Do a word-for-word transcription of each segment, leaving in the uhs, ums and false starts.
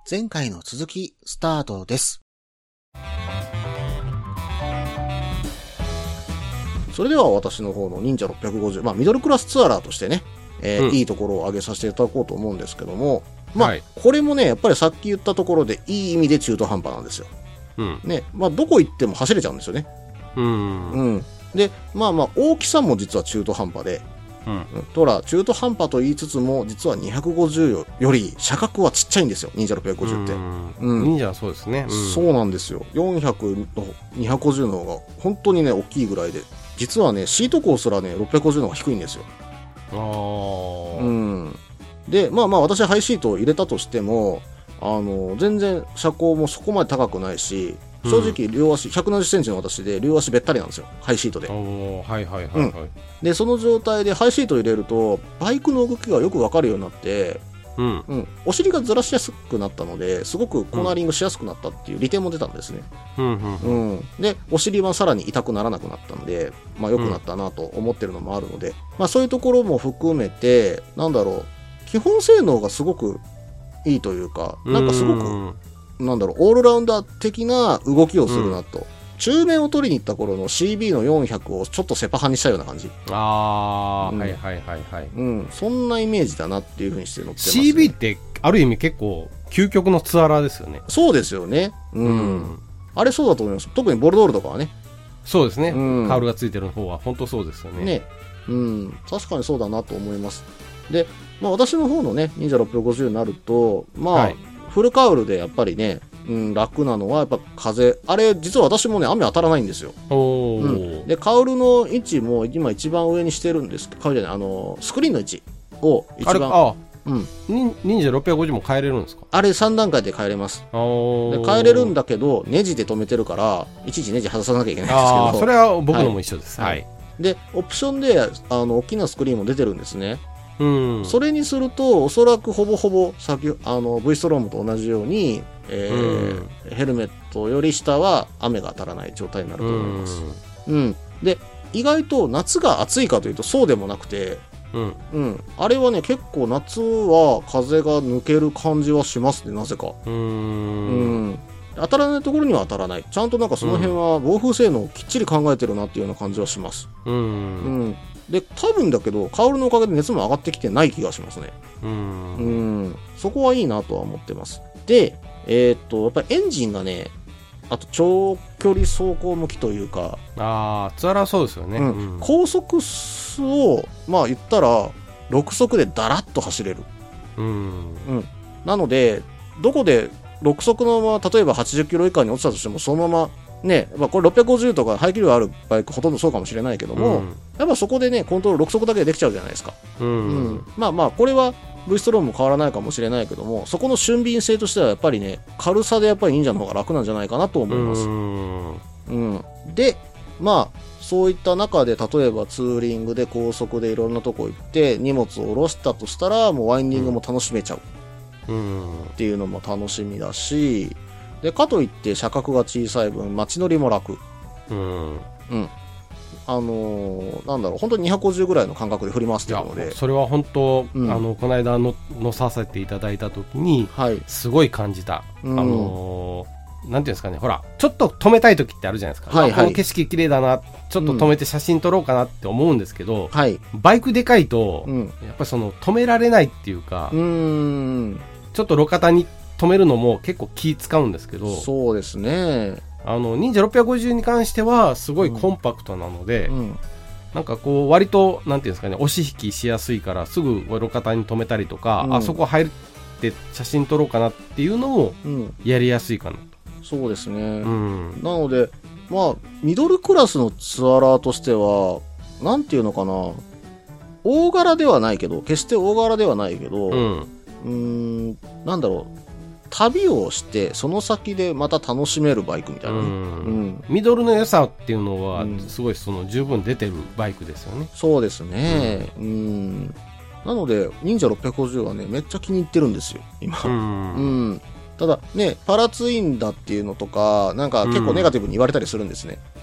前回の続きスタートです。それでは私の方の忍者ろっぴゃくごじゅう、まあミドルクラスツアラーとしてね、えーうん、いいところを挙げさせていただこうと思うんですけども、まあ、はい、これもねやっぱりさっき言ったところでいい意味で中途半端なんですよ。うん、ね、まあどこ行っても走れちゃうんですよね。うん、うん、でまあまあ大きさも実は中途半端で。うん、とら中途半端と言いつつも実はにひゃくごじゅうより車格はちっちゃいんですよ、忍者ろっぴゃくごじゅうって。 うん、忍者はそうですね、 うん、そうなんですよ。よんひゃくのにひゃくごじゅうの方が本当にね大きいぐらいで、実はねシート高すらねろっぴゃくごじゅうの方が低いんですよ。あー、うん、でまあまあ私はハイシートを入れたとしてもあの全然車高もそこまで高くないし、正直両足ひゃくななじゅっセンチの私で両足べったりなんですよ、ハイシートで。おはいはいはいはい、うん、でその状態でハイシートを入れるとバイクの動きがよく分かるようになって、うんうん、お尻がずらしやすくなったのですごくコーナリングしやすくなったっていう利点も出たんですね、うんうんうん、でお尻はさらに痛くならなくなったんで、まあ、良くなったなと思ってるのもあるので、まあ、そういうところも含めてなんだろう、基本性能がすごくいいというか、なんかすごくなんだろう、オールラウンダー的な動きをするなと、うん、中面を取りに行った頃の シービー のよんひゃくをちょっとセパハにしたような感じ。ああ、うん、はいはいはいはい、うん、そんなイメージだなっていう風にして乗ってますね。 シービー ってある意味結構究極のツアラーですよね。 そうですよね、うん、うん、あれそうだと思います。特にボルドールとかはね。 そうですね、うん、カウルがついてる方は本当そうですよね。ね、 うん、確かにそうだなと思います。で、まあ、私の方のね忍者ろっぴゃくごじゅうになるとまあ、はい、フルカウルでやっぱりね、うん、楽なのはやっぱ風、あれ実は私もね雨当たらないんですよ。お、うん、でカウルの位置も今一番上にしてるんです。カウルじゃない、あのスクリーンの位置を一番、あれ、あ、 うん、忍者ろっぴゃくごじゅうも変えれるんですか？ あれさん段階で変えれます。で変えれるんだけどネジで止めてるからいちいちネジ外さなきゃいけないんですけど、あ、 それは僕のも一緒です、はい、はい、 でオプションであの大きなスクリーンも出てるんですね。うん、それにするとおそらくほぼほぼ先あの V ストロームと同じように、えーうん、ヘルメットより下は雨が当たらない状態になると思います。うん、うん、で意外と夏が暑いかというとそうでもなくて、うんうん、あれはね結構夏は風が抜ける感じはしますね、なぜか。うん、うん、当たらないところには当たらない、ちゃんとなんかその辺は防風性能をきっちり考えてるなっていうような感じはします。うん、うん、で多分だけどカウルのおかげで熱も上がってきてない気がしますね。うん、うん、そこはいいなとは思ってます。でえー、っとやっぱりエンジンがね、あと長距離走行向きというか、 ああツアラそうですよね、 うんうん、高速をまあ言ったらろく速でダラッと走れる、うんうん、なのでどこでろく速のまま例えばはちじゅっキロ以下に落ちたとしてもそのままね、まあ、これろっぴゃくごじゅうとか排気量あるバイクほとんどそうかもしれないけども、うん、やっぱそこでねコントロールろく速だけでできちゃうじゃないですか、うんうん、まあまあこれは V ストロームも変わらないかもしれないけども、そこの俊敏性としてはやっぱりね軽さでやっぱり忍者の方が楽なんじゃないかなと思います。うん、うん、でまあそういった中で例えばツーリングで高速でいろんなとこ行って荷物を下ろしたとしたらもうワインディングも楽しめちゃう、うん、っていうのも楽しみだし、でかといって車格が小さい分街乗りも楽、うんうん、あのー、なんだろう本当ににひゃくごじゅうぐらいの感覚で振り回してるので、 それは本当、うん、あのこの間の乗させていただいた時に、はい、すごい感じた、うん、あのーなんていうんですかね、ほらちょっと止めたい時ってあるじゃないですか、はいはい、この景色綺麗だな、ちょっと止めて写真撮ろうかなって思うんですけど、うん、バイクでかいと、うん、やっぱりその止められないっていうか、うーんちょっと路肩に止めるのも結構気使うんですけど、 そうですね、 あの忍者ろっぴゃくごじゅうに関してはすごいコンパクトなので、うんうん、なんかこう割となんていうんですかね、押し引きしやすいからすぐ路肩に止めたりとか、うん、あそこ入って写真撮ろうかなっていうのもやりやすいかなと、 うん、そうですね、うん、なのでまあミドルクラスのツアラーとしてはなんていうのかな、大柄ではないけど決して大柄ではないけど、うん、うーんなんだろう、旅をしてその先でまた楽しめるバイクみたいな、ね、うん、うん、 ミドルの良さっていうのはすごいその十分出てるバイクですよね、うん、 そうですね、うん、うん、なので忍者ろっぴゃくごじゅうはねめっちゃ気に入ってるんですよ今、うん、うん、ただねパラツインだっていうのとかなんか結構ネガティブに言われたりするんですね、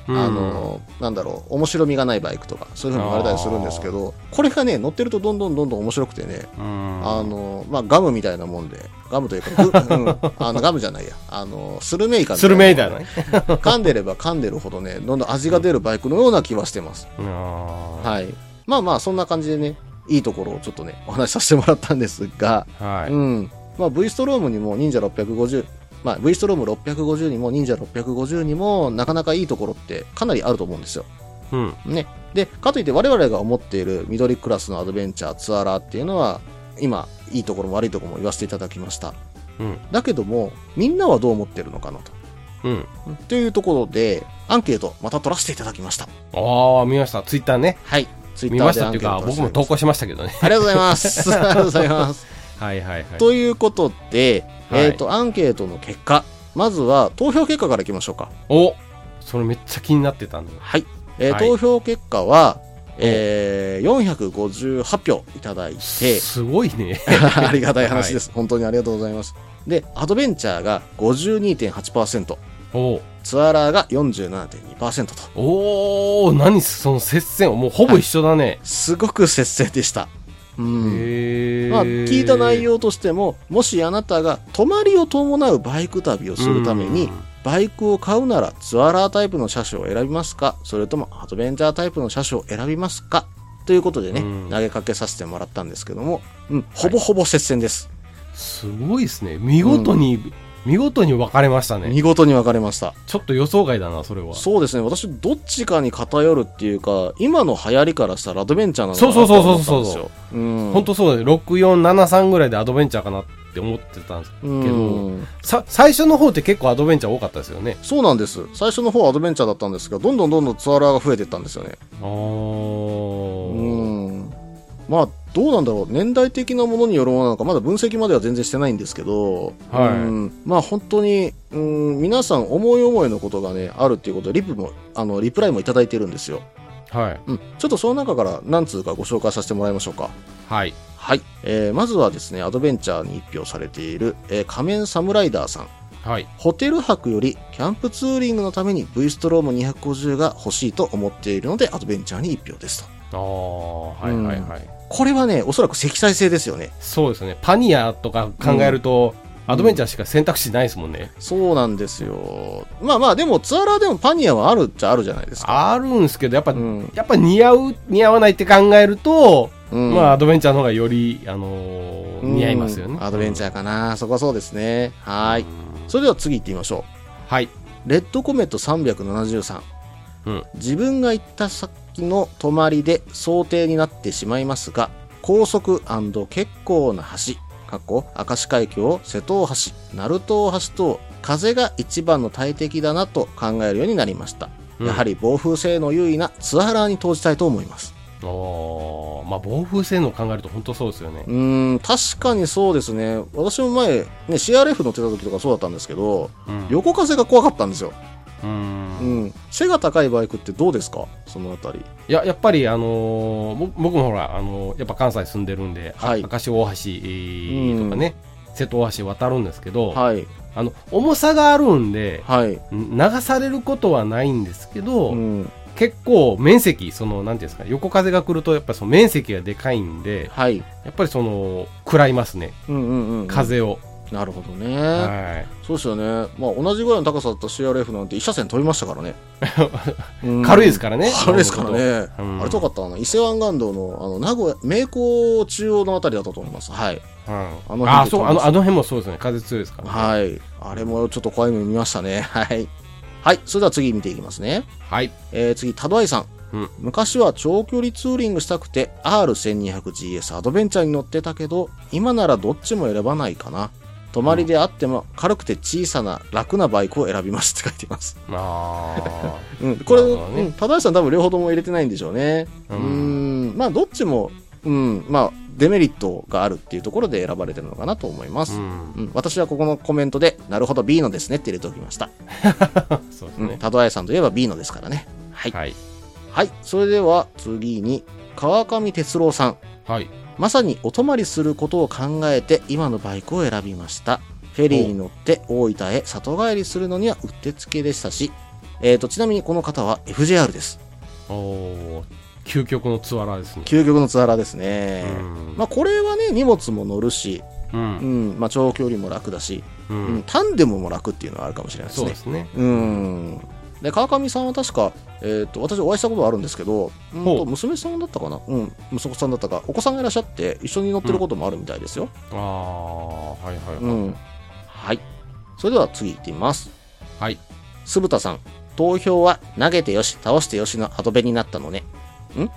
あのなんだろう面白みがないバイクとかそういうふうに言われたりするんですけど、これがね乗ってるとどんどんどんどん面白くてね、あの、まあ、ガムみたいなもんでガムというか、うん、あのガムじゃないやあのスルメイカみたいなスルメイカね噛んでれば噛んでるほどねどんどん味が出るバイクのような気はしてます、うん、はい。まあまあそんな感じでねいいところをちょっとねお話しさせてもらったんですが、はい、うん、まあ、V ストロームにも忍者ろっぴゃくごじゅう、まあ、V ストロームろっぴゃくごじゅうにも忍者ろっぴゃくごじゅうにもなかなかいいところってかなりあると思うんですよ、うんね、でかといって我々が思っている緑クラスのアドベンチャーツアラーっていうのは今いいところも悪いところも言わせていただきました、うん、だけどもみんなはどう思ってるのかなと、うん、というところでアンケートまた取らせていただきました。 ああ見ました。ツイッターね。はいツイッターでアンケート見ましたっていうか僕も投稿しましたけどね。 ありがとうございますありがとうございますはいはいはい。 ということで、はい、えーとアンケートの結果まずは投票結果からいきましょうか。 おそれめっちゃ気になってたんだ。 はい、えーはい、投票結果は、えー、よんひゃくごじゅうはちひょういただいてすごいねありがたい話です、はい、本当にありがとうございます。でアドベンチャーが ごじゅうにてんはちパーセント、 おツアラーが よんじゅうななてんにパーセント と。 おー何その接戦もうほぼ一緒だね、はい、 すごく接戦でした。うん、まあ、聞いた内容としてももしあなたが泊まりを伴うバイク旅をするためにバイクを買うならツアラータイプの車種を選びますかそれともアドベンチャータイプの車種を選びますかということでね投げかけさせてもらったんですけども、うん、ほぼほぼ接戦です、 はい、すごいですね見事に、うん見事に分かれましたね。 見事に分かれました。 ちょっと予想外だなそれは。 そうですね私どっちかに偏るっていうか今の流行りからしたらアドベンチャーなのかなと思ったんですよ。そうそうそうそう、 うん、本当そうだねろくよんななさんぐらいでアドベンチャーかなって思ってたんですけど、うん、さ最初の方って結構アドベンチャー多かったですよね。 そうなんです最初の方はアドベンチャーだったんですがどんどんどんどんツアラーが増えていったんですよね。あーうんまあどうなんだろう年代的なものによるものなのかまだ分析までは全然してないんですけど、はい、うんまあ本当にうん皆さん思い思いのことがねあるっていうことでリプもあのリプライもいただいてるんですよ。はい、うん、ちょっとその中から何通かご紹介させてもらいましょうか。はい、はいえー、まずはですねアドベンチャーに一票されている、えー、仮面サムライダーさん、はい、ホテル泊よりキャンプツーリングのために V ストロームにひゃくごじゅうが欲しいと思っているのでアドベンチャーに一票ですと。ああはいはいはい、うんこれはねおそらく積載性ですよね。 そうですねパニアとか考えると、うん、アドベンチャーしか選択肢ないですもんね、 うん、そうなんですよ。まあまあでもツアラーでもパニアはあるっちゃあるじゃないですか。 あるんですけどやっぱ、うん、やっぱ似合う似合わないって考えると、うん、まあアドベンチャーの方がより、あのーうん、似合いますよね。 アドベンチャーかな、うん、そこはそうですね。はい、うん、それでは次行ってみましょう。はいレッドコメットさんびゃくななじゅうさん、うん、自分が行った先の泊まりで想定になってしまいますが高速&結構な橋過去明石海峡瀬戸大橋鳴門大橋と風が一番の大敵だなと考えるようになりました、うん、やはり暴風性の優位なツアラーに投じたいと思います。 あまあ暴風性能を考えると本当そうですよね。 うーん確かにそうですね。私も前、ね、シーアールエフ 乗ってた時とかそうだったんですけど、うん、横風が怖かったんですよ。うんうん背が高いバイクってどうですかそのあたり。 いややっぱりあのー、僕もほら、あのー、やっぱ関西住んでるんで、はい、明石大橋、えー、とかね瀬戸大橋渡るんですけど、はい、あの重さがあるんで、はい、流されることはないんですけど、うん、結構面積そのなんていうんですか横風が来るとやっぱりその面積がでかいんで、はい、やっぱりその食らいますね、うんうんうんうん、風を。 なるほどね、はい、そうですよね。まあ同じぐらいの高さだった シーアールエフ なんて一車線飛びましたからね軽いですからね。 軽いですからね、うん、あれ遠かったな伊勢湾岸道のあの名古屋名港中央のあたりだったと思います。はい、うん、 あの辺あそうあのあの辺もそうですね風強いですからね。 はいあれもちょっと怖い目見ましたね。はいはいそれでは次見ていきますね。はい、えー、次タドアイさん、うん、昔は長距離ツーリングしたくて アールせんにひゃくジーエス アドベンチャーに乗ってたけど今ならどっちも選ばないかな。泊まりであっても軽くて小さな楽なバイクを選びますって書いてます。あうん、これ、ねうん、正さん多分両方とも入れてないんでしょうね。うん、うんまあどっちも、うん、まあデメリットがあるっていうところで選ばれてるのかなと思います。うんうん、私はここのコメントでなるほど B のですねって入れておきました。そうですね。うん、タドアイさんといえば B のですからね。はい。はい。はい、それでは次に川上哲郎さん。はい。まさにお泊まりすることを考えて今のバイクを選びました。フェリーに乗って大分へ里帰りするのにはうってつけでしたし、 えーと、ちなみにこの方は エフジェーアール です。 おー、究極のツアラーですね。 究極のツアラーですね。まあこれはね、荷物も乗るし、うん、うん、まあ長距離も楽だし、うん、うん、タンデムも楽っていうのはあるかもしれないですね。そうですね。うん。で川上さんは確か、えー、と私お会いしたことあるんですけど、うんと娘さんだったかな、うん、息子さんだったかお子さんがいらっしゃって一緒に乗ってることもあるみたいですよ。うん、ああ、はいはいはい、うん、はい。それでは次いってみます。はい。酢豚さん、投票は投げてよし倒してよしのアドベになったのね。ん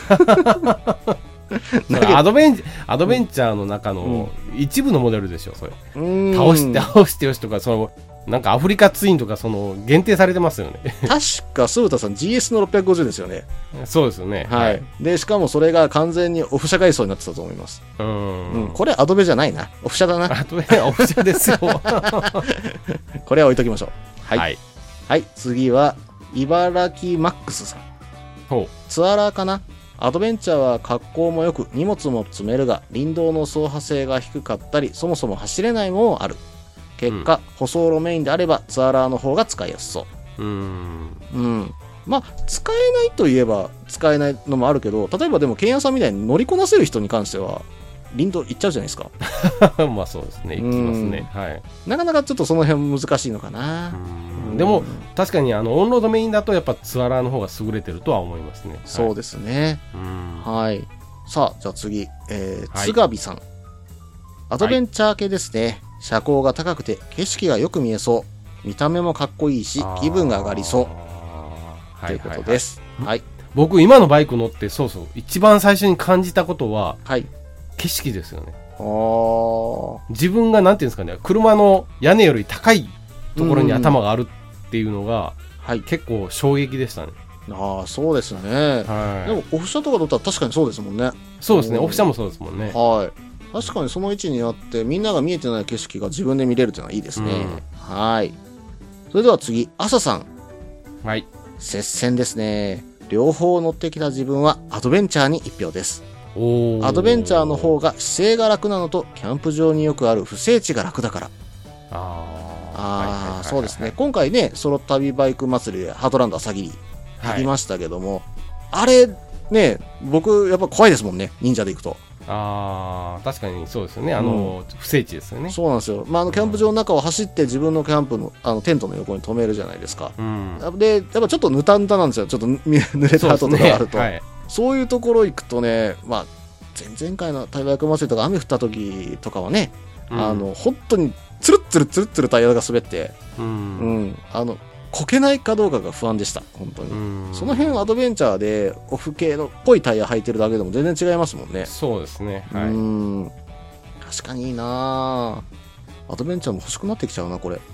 アドベンアドベンチャーの中の一部のモデルでしょそれ。うん、倒して倒してよしとか、そのなんかアフリカツインとかその限定されてますよね。 確か酢豚さん ジーエス のろっぴゃくごじゅうですよね。 そうですよね。 はい。でしかもそれが完全にオフ車外装になってたと思います。うん、うん、これアドベじゃないな、オフ車だな。 アドベオフ車ですよ。 これは置いときましょう。はい、はい、はい、次は茨城マックスさん。ほう、ツアラーかな。アドベンチャーは格好もよく荷物も積めるが林道の走破性が低かったりそもそも走れないもある。結果、うん、舗装路メインであればツアラーの方が使いやすそう。うーん、うん、まあ使えないといえば使えないのもあるけど、例えばでもケンヤさんみたいに乗りこなせる人に関しては林道行っちゃうじゃないですか。 まあそうですね、行きますね。はい。 なかなかちょっとその辺難しいのかな。 でも確かにあのオンロードメインだとやっぱツアラーの方が優れてるとは思いますね。はい、 そうですね。はい。さあじゃあ次、えー、津上さん、はい、アドベンチャー系ですね。はい、車高が高くて景色がよく見えそう。見た目もかっこいいし気分が上がりそうということです。はい、はいはい、 僕今のバイク乗ってそうそう一番最初に感じたことは、はい、景色ですよね。あ、自分がなんていうんですかね、車の屋根より高いところに頭があるっていうのが、はい、結構衝撃でしたね。 ああ、そうですね。はい、でもオフ車とかだったら確かにそうですもんね。 そうですね、オフ車もそうですもんね。 はい。確かにその位置にあってみんなが見えてない景色が自分で見れるというのはいいですね。うん、はい。それでは次、朝さん。はい。接戦ですね。両方乗ってきた自分はアドベンチャーにいち票です。アドベンチャーの方が姿勢が楽なのとキャンプ場によくある不整地が楽だから。ああ、そうですね。今回ね、ソロ旅バイク祭りでハートランド朝霧行きましたけども、はい、あれね、僕やっぱ怖いですもんね、忍者で行くと。ああ、確かにそうですよね。あの、うん、不整地ですよね。 そうなんですよ。まあ、あのキャンプ場の中を走って自分のキャンプのあのテントの横に止めるじゃないですか。うん、で、やっぱちょっとぬたぬたなんですよ。ちょっと濡れた跡とかあると。そう、ね、はい、そういうところ行くとね、まあ前々回の旅バイク祭りとか雨降った時とかはね、うん、あの本当につるっつるつるっつるタイヤが滑って、うん、うん、あのこけないかどうかが不安でした本当に。うん、その辺アドベンチャーでオフ系のっぽいタイヤ履いてるだけでも全然違いますもんね。 そうですね、はい、うん、 確かにいいなアドベンチャーも欲しくなってきちゃうなこれ。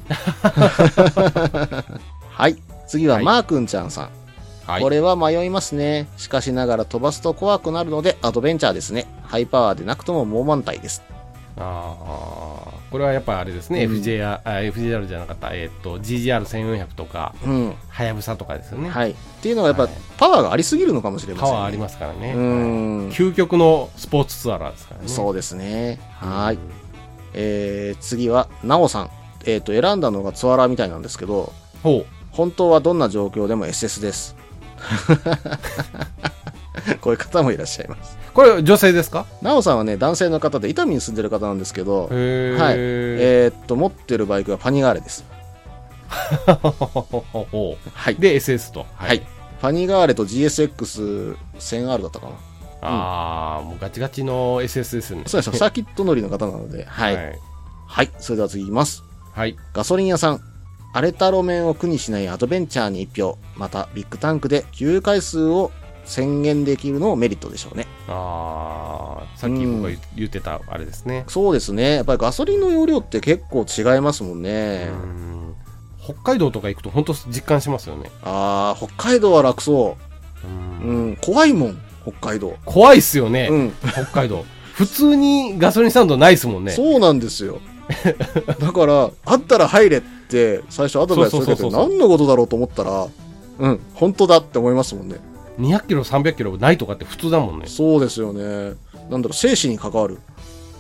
はい、次はマーくんちゃんさん、はい、これは迷いますね。しかしながら飛ばすと怖くなるのでアドベンチャーですね。ハイパワーでなくとも猛満体です。 ああ、これはやっぱあれですね、うん、エフジェーアール、エフジェーアール じゃなかった、えー、っと ジージーアールせんよんひゃく とかはやぶさとかですよね。はい。 っていうのはやっぱ、はい、パワーがありすぎるのかもしれませんね。 パワーありますからね。うん、はい、究極のスポーツツアラーですからね。 そうですね。はい。えー、次はなおさん。えー、っと選んだのがツアラーみたいなんですけど、ほう、本当はどんな状況でも エスエス です。こういう方もいらっしゃいます。 これ女性ですか？ なおさんはね、男性の方で伊丹に住んでる方なんですけど、はい、えー、っと持ってるバイクはパニガーレです。 はい。で エスエス と、 はい、はい、パニガーレと ジーエスエックスせんアール だったかな。 ああ、うん、もうガチガチの エスエス ですね。 そうですよ、サーキット乗りの方なので、はい、はい、はい、それでは次いきます。はい。ガソリン屋さん。荒れた路面を苦にしないアドベンチャーにいち票。またビッグタンクで給油回数を宣言できるのもメリットでしょうね。ああ、さっき僕が言ってたあれですね、 うん、そうですね。やっぱりガソリンの容量って結構違いますもんね。うん、 北海道とか行くと本当実感しますよね。 ああ、北海道は楽そう。うん、うん、怖いもん北海道。 怖いっすよね、うん、北海道。普通にガソリンスタンドないっすもんね。 そうなんですよ。だからあったら入れって最初アドバイス受けて何のことだろうと思ったら、うん、本当だって思いますもんね。 にひゃくキロさんびゃくキロないとかって普通だもんね。 そうですよね。なんだろう、生死に関わる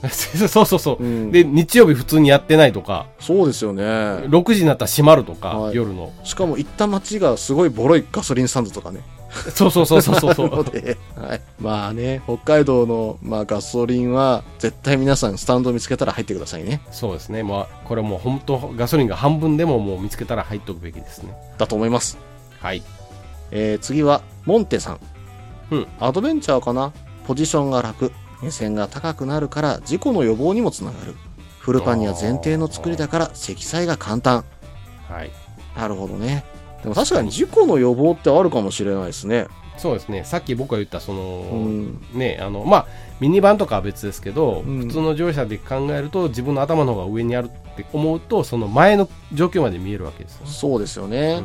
そうそうそう、うん、で日曜日普通にやってないとか。 そうですよね。 ろくじになったら閉まるとか、 はい、 夜の。 しかも行った街がすごいボロいガソリンスタンドとかね。 そうそうそうそうそうので、はい、まあね、北海道の、まあ、ガソリンは絶対皆さんスタンド見つけたら入ってくださいね。 そうですね、まあ、これもう本当ガソリンが半分でももう見つけたら入っておくべきですね。 だと思います。 はい、 えー、次はモンテさん、 うん、 アドベンチャーかな。ポジションが楽、目線が高くなるから事故の予防にもつながる。フルパニア前提の作りだから積載が簡単。 はい、 なるほどね。でも確かに事故の予防ってあるかもしれないですね。 そうですね。さっき僕が言ったその、うん、ね、あのまあミニバンとかは別ですけど、うん、普通の乗用車で考えると自分の頭の方が上にあるって思うと、その前の状況まで見えるわけですよね。 そうですよね、うんうん、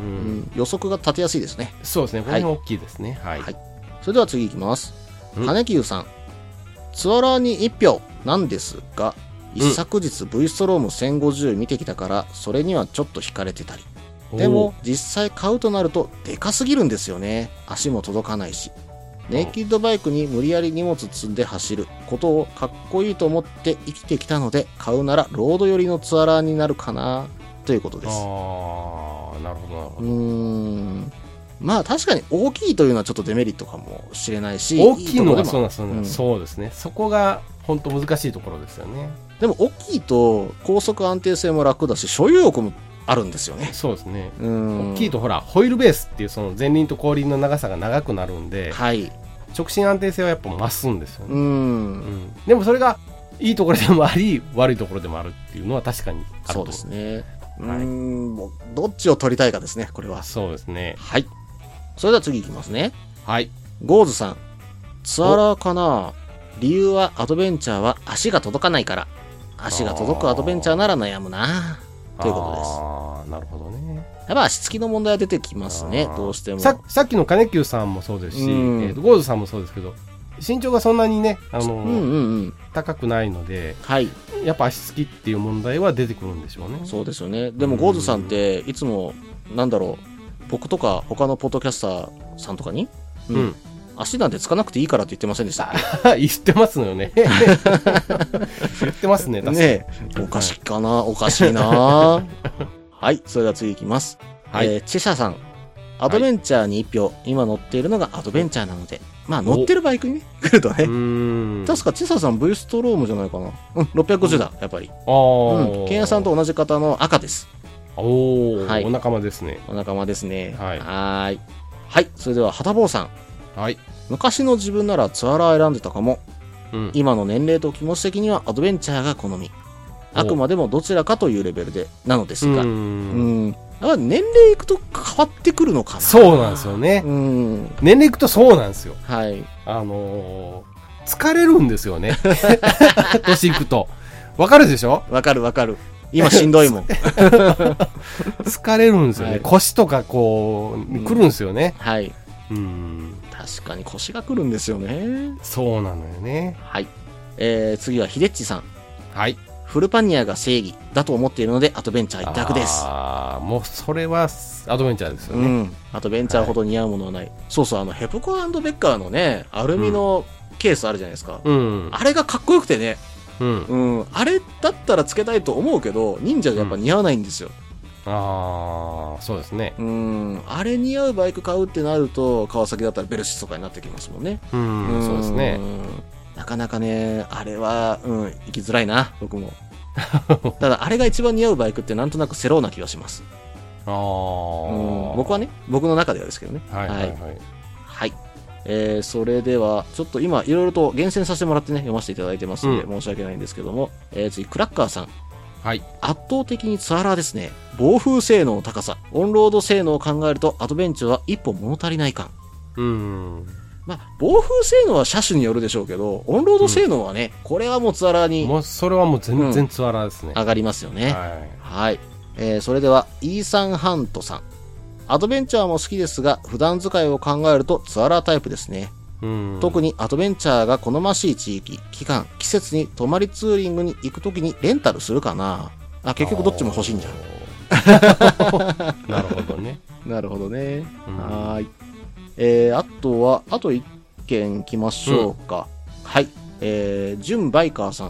予測が立てやすいですね。 そうですね、これも大きいですね。はい、はい、 それでは次いきます。金久さん、ツアラーにいっぴょうなんですが、一昨日 V ストロームせんごじゅう見てきたからそれにはちょっと惹かれてたり、でも実際買うとなるとでかすぎるんですよね。足も届かないし、ネイキッドバイクに無理やり荷物積んで走ることをかっこいいと思って生きてきたので、買うならロード寄りのツアラーになるかなということです。 ああ、なるほどなるほど。 うーん、まあ確かに大きいというのはちょっとデメリットかもしれないし、 大きいのはそうなんです、うん、そうですね。そこが本当難しいところですよね。 でも大きいと高速安定性も楽だし、所有欲もあるんですよね。 そうですね。うん、大きいとほらホイールベースっていうその前輪と後輪の長さが長くなるんで、 はい、 直進安定性はやっぱ増すんですよね。 うん、うん、 でもそれがいいところでもあり悪いところでもあるっていうのは確かにあると。 そうですね。はい、うーん、もうどっちを取りたいかですね、これは。 そうですね。 はい。それでは次いきますね。 はい。 ゴーズさん、ツアラーかな。理由はアドベンチャーは足が届かないから。足が届くアドベンチャーなら悩むなということです。 ああ、なるほどね。 やっぱ足つきの問題は出てきますね、どうしても。 さ, さっきの金久さんもそうですし、うんえー、とゴーズさんもそうですけど、身長がそんなにね、あのーうんうんうん、高くないので、 はい、 やっぱ足つきっていう問題は出てくるんでしょうね。 そうですよね。でもゴーズさんっていつもなんだろう、僕とか他のポッドキャスターさんとかに、うんうん、足なんてつかなくていいからって言ってませんでしたっけ？言ってますのよね。言ってますね。確かにね。 おかしいかな、おかしいな。はい、それでは次いきます。はい、えー、チェシャさん、アドベンチャーにいっぴょう、はい、今乗っているのがアドベンチャーなので、まあ乗ってるバイクに、ね、来るとね。うーん、確かチェシャさん V ストロームじゃないかな。うん、ろっぴゃくごじゅうだ、やっぱり。ああ。うん、ケンヤさんと同じ型の赤です。 おお、はい、お仲間ですね。 お仲間ですね。 はい。 はい。はい、それでははたぼうさん。 はい。 昔の自分ならツアラー選んでたかも、うん、今の年齢と気持ち的にはアドベンチャーが好み。あくまでもどちらかというレベルでなのですが、うんうんだから年齢いくと変わってくるのかな。 そうなんですよね。うん、年齢いくとそうなんですよ。 はい。 あのー、疲れるんですよね。年いくと。わかるでしょ？ わかるわかる。今しんどいもん。 疲れるんですよね。はい、腰とかこう、うん、来るんですよね。 はい。 うん。 確かに腰が来るんですよね。 そうなのよね。 はい。えー、次はヒデッチさん。 はい。 フルパニアが正義だと思っているのでアドベンチャー一択です。 ああ、もうそれはアドベンチャーですよね。うん。 アドベンチャーほど似合うものはない。はい、そうそう、あのヘプコ&ベッカーのね、アルミのケースあるじゃないですか。うん。あれがかっこよくてね。うん。うん。あれだったらつけたいと思うけど、忍者じゃやっぱ似合わないんですよ。 うん、ああ、そうですね。 うん。あれ似合うバイク買うってなると、川崎だったらベルシスとかになってきますもんね。 うん。うん、そうですね。 なかなかね、あれは、うん、行きづらいな、僕も。ただ、あれが一番似合うバイクってなんとなくセローな気がします。ああ、うん。僕はね、僕の中ではですけどね。 はいはいはい。 はい。えー、それでは、ちょっと今、いろいろと厳選させてもらってね、読ませていただいてますので、うん、申し訳ないんですけども、えー、次、クラッカーさん。 はい。 圧倒的にツアラーですね。暴風性能の高さ、オンロード性能を考えると、アドベンチャーは一歩物足りない感。 うん。 まあ、暴風性能は車種によるでしょうけど、オンロード性能はね、うん、これはもうツアラーに。 もう、それはもう全然ツアラーですね。 うん、上がりますよね。はい。はい。えー、それでは、イーサンハントさん。アドベンチャーも好きですが、普段使いを考えるとツアラータイプですね。うん、特にアドベンチャーが好ましい地域、期間、季節に泊まりツーリングに行くときにレンタルするかな。あ、結局どっちも欲しいんじゃん。 なるほどね。 なるほどね。うん、はい。えー、あとは、あと一件来ましょうか。うん、はい。えー、ジュンバイカーさん。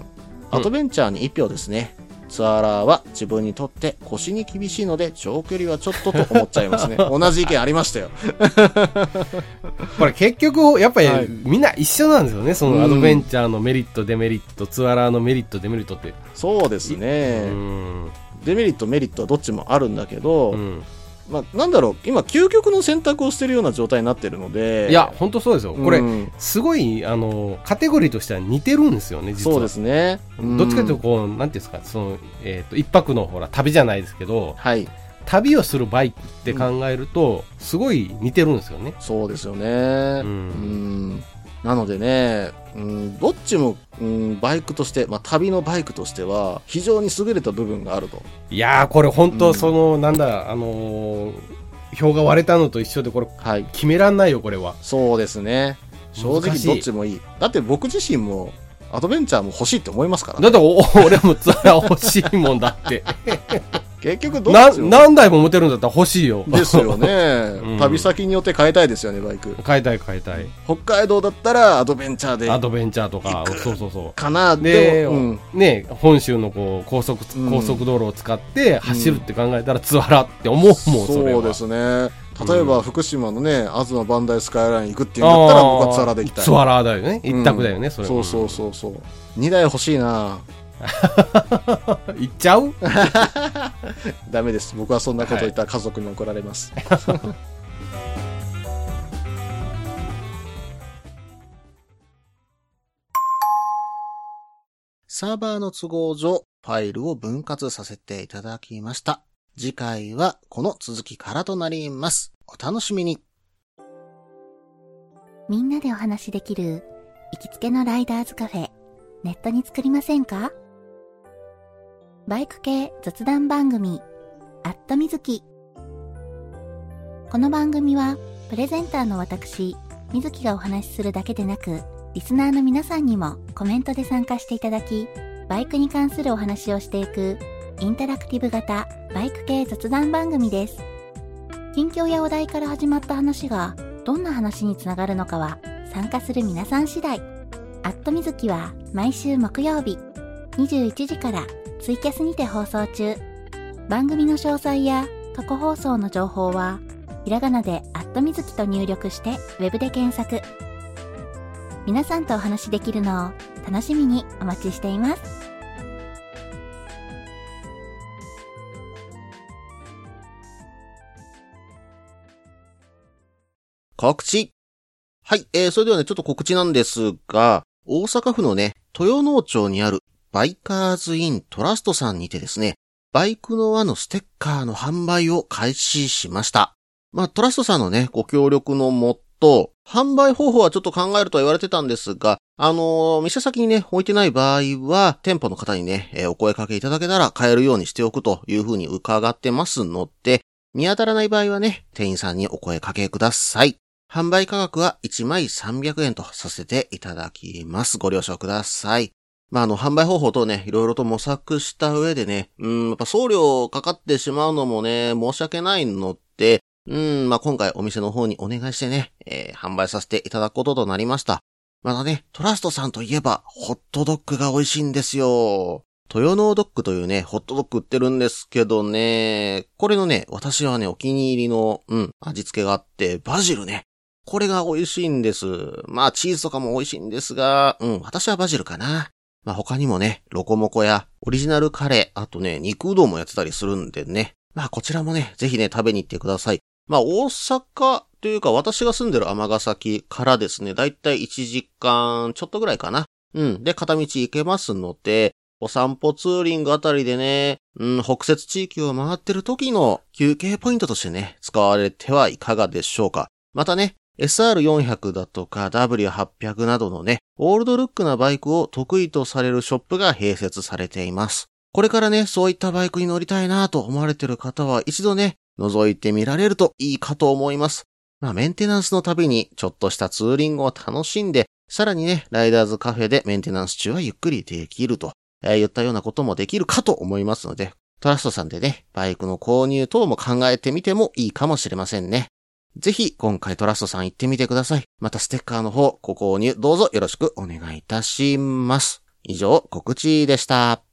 アドベンチャーにいち票ですね。ツアラーは自分にとって腰に厳しいので長距離はちょっとと思っちゃいますね。同じ意見ありましたよ。 これ結局やっぱり、はい、みんな一緒なんですよね。そのアドベンチャーのメリットデメリット、ツアラーのメリットデメリットって。 そうですね。うんデメリットメリットはどっちもあるんだけど、うんまあ、なんだろう今究極の選択をしてるような状態になってるのでいや本当そうですよこれ、うん、すごいあのカテゴリーとしては似てるんですよね実は。 そうですね、 うん、どっちかというとこうなんていうんですかその、えー、と一泊のほら旅じゃないですけど、はい、旅をするバイクって考えると、うん、すごい似てるんですよね。 そうですよね、うんうんなのでね、うん、どっちも、うん、バイクとして、まあ、旅のバイクとしては非常に優れた部分があると。 いやーこれ本当その、うん、なんだあのー、票が割れたのと一緒でこれ、はい、決めらんないよこれは。 そうですね正直どっちもいい。だって僕自身もアドベンチャーも欲しいって思いますからね。 だってお俺もツアー欲しいもんだって結局どっちもな何台も持てるんだったら欲しいよですよね、うん、旅先によって変えたいですよねバイク。 変えたい変えたい。 北海道だったらアドベンチャーでアドベンチャーとかそうそうそうかなで、うん、ね本州のこう高速高速道路を使って走るって考えたらツアラって思うもん、うん、それは。 そうですね。例えば福島のね東磐梯スカイライン行くっていうんだったら僕はツアラで行きたい。 ツアラだよね一択だよね、うん、それそうそうそうそうにだい欲しいな行っちゃうダメです。僕はそんなこと言ったら家族に怒られます、はい、サーバーの都合上ファイルを分割させていただきました。次回はこの続きからとなります。お楽しみに。 みんなでお話できる行きつけのライダーズカフェ、ネットに作りませんか？バイク系雑談番組、アットみずき。この番組はプレゼンターの私、みずきがお話しするだけでなく、リスナーの皆さんにもコメントで参加していただき、バイクに関するお話をしていくインタラクティブ型バイク系雑談番組です。近況やお題から始まった話がどんな話につながるのかは参加する皆さん次第。アットみずきは毎週木曜日にじゅういちじからツイキャスにて放送中。番組の詳細や過去放送の情報はひらがなでアットみずきと入力してウェブで検索。皆さんとお話しできるのを楽しみにお待ちしています。 告知。はい、えー、それではね、ちょっと告知なんですが、大阪府のね、豊能町にあるバイカーズイントラストさんにてですね、バイクの輪のステッカーの販売を開始しました。まあ、トラストさんのね、ご協力のもと、販売方法はちょっと考えるとは言われてたんですが、あのー、店先にね、置いてない場合は、店舗の方にね、えー、お声掛けいただけたら買えるようにしておくというふうに伺ってますので、見当たらない場合はね、店員さんにお声掛けください。販売価格はいちまいさんびゃくえんとさせていただきます。ご了承ください。まあ、あの、販売方法等ね、いろいろと模索した上でね、うん、やっぱ送料かかってしまうのもね、申し訳ないので、うん、まあ、今回お店の方にお願いしてね、えー、販売させていただくこととなりました。またね、トラストさんといえば、ホットドッグが美味しいんですよ。豊能ドッグというね、ホットドッグ売ってるんですけどね、これのね、私はね、お気に入りの、うん、味付けがあって、バジルね。これが美味しいんです。まあ、チーズとかも美味しいんですが、うん、私はバジルかな。まあ、他にもね、ロコモコやオリジナルカレー、あとね、肉うどんもやってたりするんでね。まあ、こちらもね、ぜひね、食べに行ってください。まあ、大阪というか、私が住んでる尼崎からですね、だいたいいちじかんちょっとぐらいかな。うん。で、片道行けますので、お散歩ツーリングあたりでね、うん、北摂地域を回ってる時の休憩ポイントとしてね、使われてはいかがでしょうか。またね、エスアールよんひゃく だとか ダブリューはっぴゃく などのね、オールドルックなバイクを得意とされるショップが併設されています。これからね、そういったバイクに乗りたいなと思われている方は一度ね、覗いてみられるといいかと思います。まあ、メンテナンスのたびにちょっとしたツーリングを楽しんで、さらにね、ライダーズカフェでメンテナンス中はゆっくりできると、えー、言ったようなこともできるかと思いますので、トラストさんでね、バイクの購入等も考えてみてもいいかもしれませんね。ぜひ今回トラストさん行ってみてください。またステッカーの方ご購入どうぞよろしくお願いいたします。 以上、告知でした。